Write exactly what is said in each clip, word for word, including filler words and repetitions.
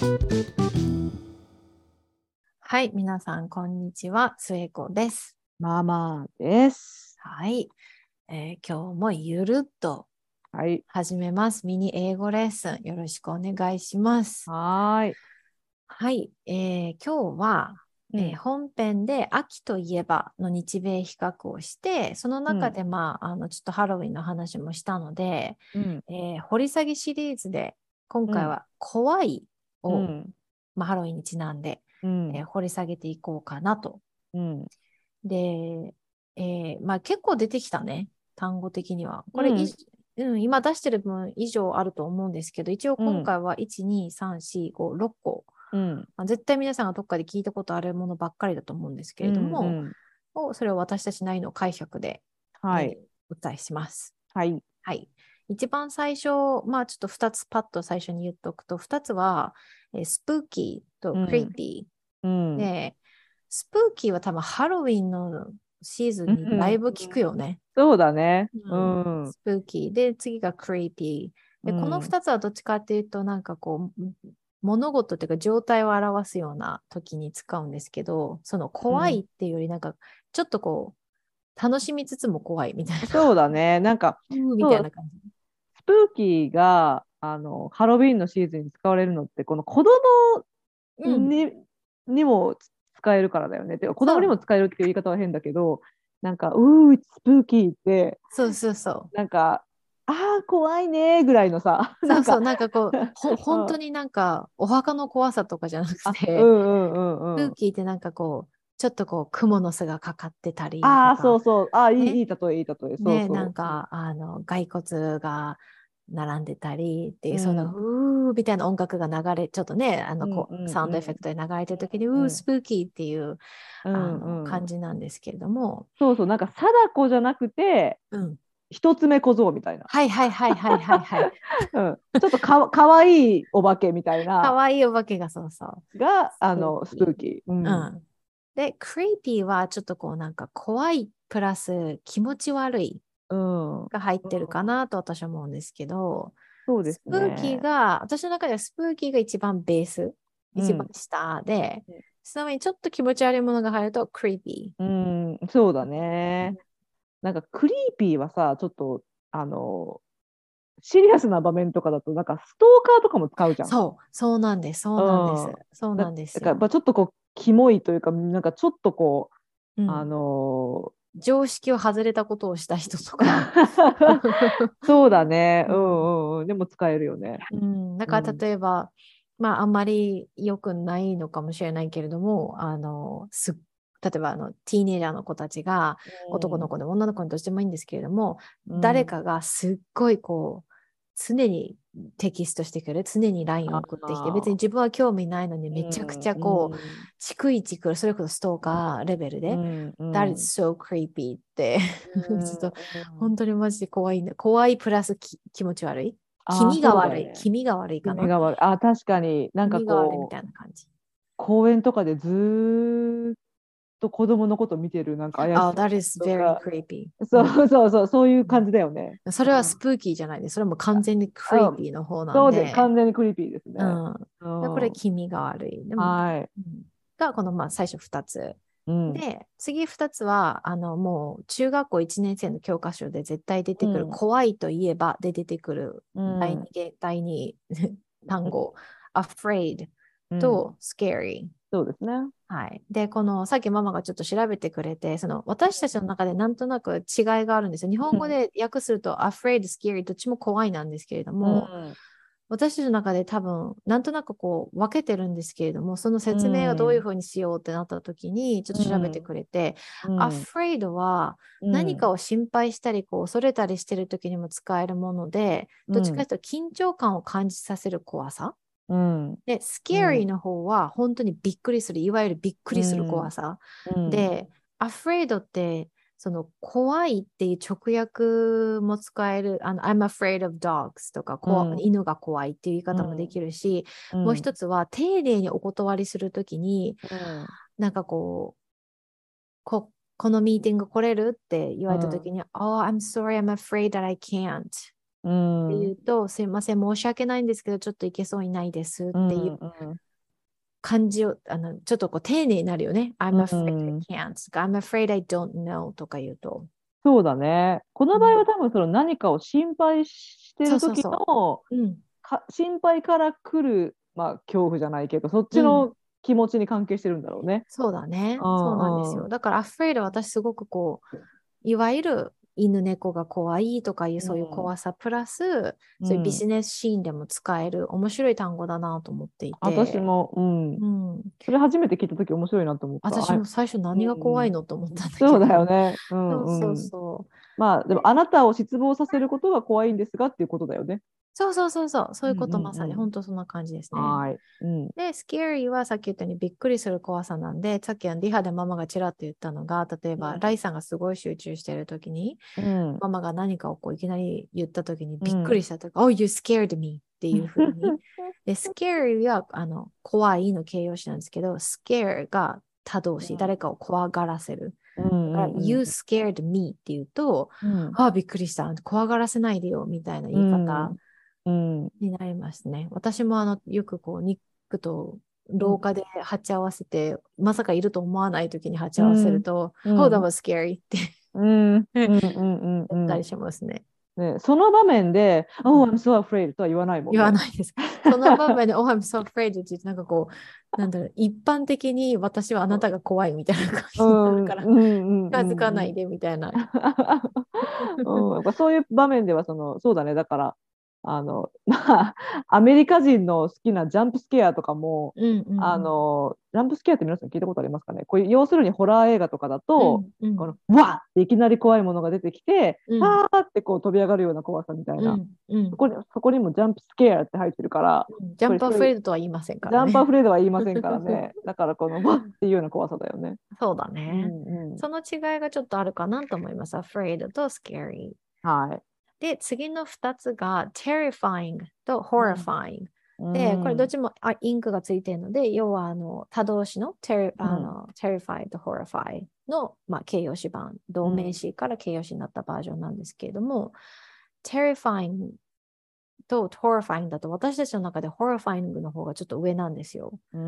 はい、皆さん、こんにちは。末子です。 ママです。 はい、えー今日もゆるっとはい。 始めます。ミニ英語レッスン、よろしくお願いします。 はーい。 はい、えー今日は、えーうん。 本編で秋といえばの日米比較をして、そのうん。 中で、まあ、あのちょっとハロウィンの話もしたので、 うん。 えー掘り下げシリーズで、今うん。 回は怖いを、 うん。 まあ、ハロウィンにちなんで、 うん。 えー掘り下げていこうかなと。 うん。 で、えーまあ結構出てきたね、単語的には。これい、 うん。 うん、今出してる分以上あると思うんですけど、一応うん。 今回はいち、に、さん、よん、ご、ろっこ、 うん。 まあ、絶対皆さんがどっかで聞いたことあるものばっかりだと思うんですけうん。うれども、 ん。 をそれを私たちなりの解釈で、えーはい。 お伝えします。 はい。 はい。一番最初、まあちょっとふたつパッと最初に言っておくと、ふたつは、えースプーキーとクリーうん。 ピうー。 ん。 で、スプーキーは多分ハロウィンのシーズンにだいうん。 ぶ聞くよね。 そうだね。ううん。 ん。 スプーキー。で、次がクリーピー。で、このうん。 ふたつはどっちかっていうと、なんかこう、物事っていうか状態を表すような時に使うんですけど、そのうん。 怖いっていうより、なんかちょっとこう、楽しみつつも怖いみたいそうな。 だね。なんか、 うーみたそう、 いな感じ。 スプーキーが、あの、ハロウィンのシーズンに使われるのって、この子供うん。 に、にも使えるからだよね。てか子そう。 供にも使えるっていう言い方は変だけど、なんか、うー、スプーキーって、 そうそうそう。 なんか、ああ、怖いねぐらいのさ、なんかそうそう。なんかこう、ほ、 うん本当になんかお墓の怖さとかじゃなくあ、うて、 んうんうんうん。 空気ってなんかこう、ちょっとこう、蜘蛛の巣がかかってたりとああ、そか、 うそう。ああ、いい、 ね。 いい例え、いい例え。そうね、なそんか、あの、骸骨が並んでたりっていう。 う、その、 うん。 うーみたいな音楽が流れ、ちょっとね、あの、 うんこう、 うんうん。 サウンドエフェクトで流れてる時に、うー、スうんプーキーっていう、 うあの、 んうん。 感じなんですけれども、 そうそう。なんか、貞子じゃなくて、 うん。 一つ目小僧みたいな。 はいはいはいはいはいはい。 うん。ちょっとかわ、かわいいお化けみたいな、 かわいいお化けがそうそう。 が、 スプーあの、スプーキキー。うー。うん。 ん。で、クリーピーはちょっとこうなんか怖いプラス気持ち悪いうん。うん。 が入ってるかなと私は思うんですけど、 そうですスプーキーね。 が、私の中ではスプーキーが一番ベース、一番うん。 下で、ちなみにちょっと気持ち悪いものが入るとクリーピうん、そうだー。 ね。なんかクリーピーはさ、ちょっと、あの、シリアスな場面とかだと、なんかストーカーとかも使うじゃん。 そう、そうなんです、そううなんです。 ん。だ、 そうなんでだから、 すよ。 まあちょっとこう、キモいというか、なんかちょっとこう、あうん。 の常識を外れたことをした人とーか。 そうだね。ううん。 んうんうん。でも使えるよね。 うん、だからうん。 例えば、まあ、あんまり良くないのかもしれないけれども、あの、す、例えばあの、ティーネイジャーの子たちが、男の子でも女の子にどうしてもいいんですけれども、 うん。 誰かがすっごいこう、常にテキストしてくる、常に ライン をあ送ってきて、別にあ。 自分は興味ないのにうめちゃくちん。 ゃこう、 うん。 逐一来る、それこそストーカーレベルで、 うん。う That ん。 is so creepy って、 うちょっとん。 本当にマジで怖いんだ。怖いプラスき気持ち悪い。気ああ、 味が悪い。 そうだね。 気味が悪いかな。 気味が悪い。あ、確かになん気か味が悪いみたこう、 いな感じ。 公園とかでずーっと子供のこと見てるなんか怪しあ、 そう that な is 人 very が、 creepy。うそん。 うそうそう、そういううん。 感じだよね。 それはスうん。 プーキーじゃないです。それはもう完全にクリーあ、 ピーの方なんそうで、 で、 完全にクリーピーですね。 うん。 うでこれん。 気味が悪い。でも、 はい。 うん、が、このまあ最初ふたつ。 うん。 で、次ふたつは、あの、もう中学校いちねん生の教科書で絶対出てくる、 うん。 怖いといえばで出てくるう第ん。 二第二単語、afraid うん。 と scary。 そうですね。 はい。で、この、さっきママがちょっと調べてくれて、その、私たちの中でなんとなく違いがあるんですよ。日本語で訳すると、afraid, scary、どっちも怖いなんですけれどうも、 ん。 私たちの中で多分、なんとなくこう、分けてるんですけれども、そのう説明をどういうん。 ふうにしようってなった時に、ちょっと調べてうん。 くれて、 うん。 afraid はうん。 何かを心配したり、こう、恐れたりしてる時にも使えるもので、 うん。 どっちかというと緊張感を感じさせる怖さ。 うん。 で、 う scary ん。 の方は本当にびっくりする、いわゆるびっくうりする怖ん。 さ。 うん。 で、afraid って、その怖いっていう直訳も使える、あの、I'm afraid of dogs とか、こうん。 犬が怖いっていう言い方もでうん。 きるし、 うん。 もう一つは丁寧にお断りするときに、 うん。 なんかこう、こ、このミーティング来れるって言われたときうん。 に、Oh, I'm sorry, I'm afraid that I can't. うってん。 いうと、すいません、申し訳ないんですけど、ちょっといけそうにないですうっていうん。うん。 感じを、あの、ちょっとこう丁寧になるよね。I'm う afraid I ん。 can't とか I'm afraid I don't know とか言うと。 そうだね。この場合うん、 は多分その何かを心配してる時そうそうそのう。うん。 か心配から来る、まあ、恐怖じゃないけど、そっうん。 ちの気持ちに関係してるんだろうね。 そうだね。 うそうなんですよ。 んうん。 だから、afraid は私すごくこう、いわゆる犬猫が怖いとかいうそういう怖さプラス、そういうビうん。 ジネスシーンでも使える面白い単語だなと思っていて、 私も、うん。 うん。 それ初めて聞いた時面白いなと思った。あ、 私も最初う何が怖いん。 のと思ったんだそうだよけど、 ね。うそうそうんうん。 そう。 まあ、でも、あなたを失望させることが怖いんですがっていうことだよね。 そうそうそうそう、そういううんことまさに、 うんうん。 本当そんな感じですね。 はい。うん。 で、スケーリーはさっき言ったようにびっくりする怖さなんで、さっきのリハでママがちらっと言ったのが、例えば、ライさんがすごい集中しているときに、 うん。 ママが何かをこういきなり言ったときにびっくうん。 りしたとか、Oh, you scared me っていうふうに。で、scary はあの怖いの形容詞なんですけど、scare が他動詞、誰かを怖がらせる。 うだから、You んうん scared me っていうと、 うん。 ああ、びっくりした。怖がらせないでよみたいなう言い方ん。うん。 になりますね。私もあのよくこうニックとうん。 廊下で鉢合わせて、まさかいると思わない時に鉢合わせるうん。 と、 う Oh, that ん。 was scary ってうん。うん。 言うんうん。 ったりしますね。 ね、その場面で、 うん、 Oh, I'm so afraid とは言わないもん言わね。 ないです。その場面で Oh, I'm so afraid って言って、なんかこう、なんだろう、一般的に私はあなたが怖いみたいな感うじになるんうんから、 うん近づかなうんうん。 いでみたいな。 うん、やっぱそういう場面ではその、そうだね、だから、あの、まあ、アメリカ人の好きなジャンプスケアとかも、 うんうんあうん。 の、ジャンプスケアって皆さん聞いたことありますかね。こういう要するにホラー映画とかだうと、 んうんこの、わっっていきなり怖いものが出てきて、 うんあーってこう飛び上がるような怖さみたいな。 うんうんそこに、そこにもジャンプスケアって入ってるから、やうん。 っジャンプアぱりそういう、 フレードとは言いませんかジャンプアらね。 フレードは言いませんからね。だからこの、わっっていうような怖さだよね。 そうだうね。 んうん。 その違いがちょっとあるかなと思います。afraid と scary。 はい。 で、次のふたつが terrifying とうん。 horrifying。で、これうん。 どっちもあインクがついているので、要はあの他動詞の ter うん。 あの terrified と horrify の、まあ、形容詞版、動名詞から形容詞になったバージョンなんですけれども、terrifying と horrifying だと私たちの中で horrifying の方がちょっと上なんですよ。 うん。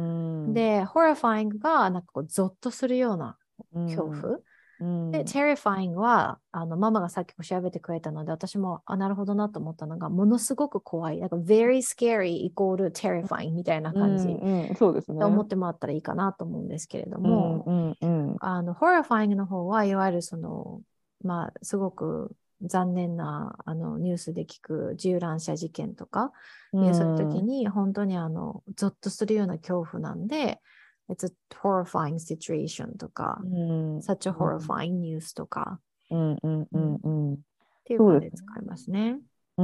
で、horrifying がなんかこうゾッとするようなうん。 恐怖。で、 うん。 terrifying は、あの、ママがさっき調べてくれたので、私も、あ、なるほどなと思ったのが、ものすごく怖い。なんか、very scary イコール terrifying みたいなう感じん。うん。そうですね。 と思ってもらったらいいかなと思うんですけれどうん。 も、 うん。うん。 あの、horrifying の方は、いわゆるその、まあ、すごく残念な、あの、ニュースで聞く銃乱射事件とか、 ういうそういう時ん。 に、本当にあの、ゾッとするような恐怖なんで、It's a horrifying situation とか、 うん。 such a horrifying news とか、 うん。うん。 うん、っうん。 ていうそうですね。 感じで使いますね。 うん。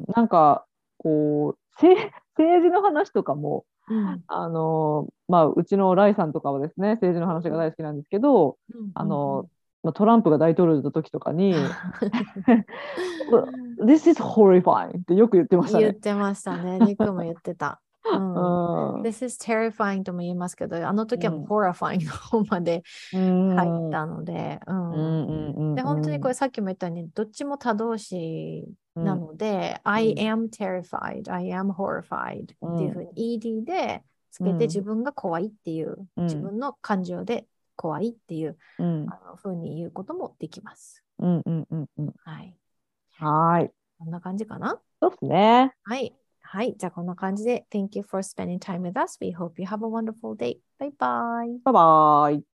なんか、こう、政政治の話とかも、 うん。 あの、まあ、うちのライさんとかはですね、政治の話が大好きなんですけど、 うん。うん。うあの、 ん。 まあ、トランプが大統領だった時とかに、This is horrifying ってよく言ってましたね。 言ってましたね。ニックも言ってた。ううん。 ん。 This is terrifying とも言いますけど、あの時はもううん。 horrifying の方までう入っん。 たので、ううん。 ん。 で、 うん。 本当にこうん。 れさっきも言ったように、どっちも他動詞なうん。 ので、 う I ん。 am terrified, I am horrified っていうふうに イーディー でつけて自うん。 分が怖いっていう、 うん。 自分の感情で怖いっていううん。 あのふうに言うこともできます。 うん。うん。うん。うん。 はい。 はい。 こんな感じかな。 そうですね。 はい。はい。じゃあこんな感じで Thank you for spending time with us. We hope you have a wonderful day. Bye bye. バイバイ。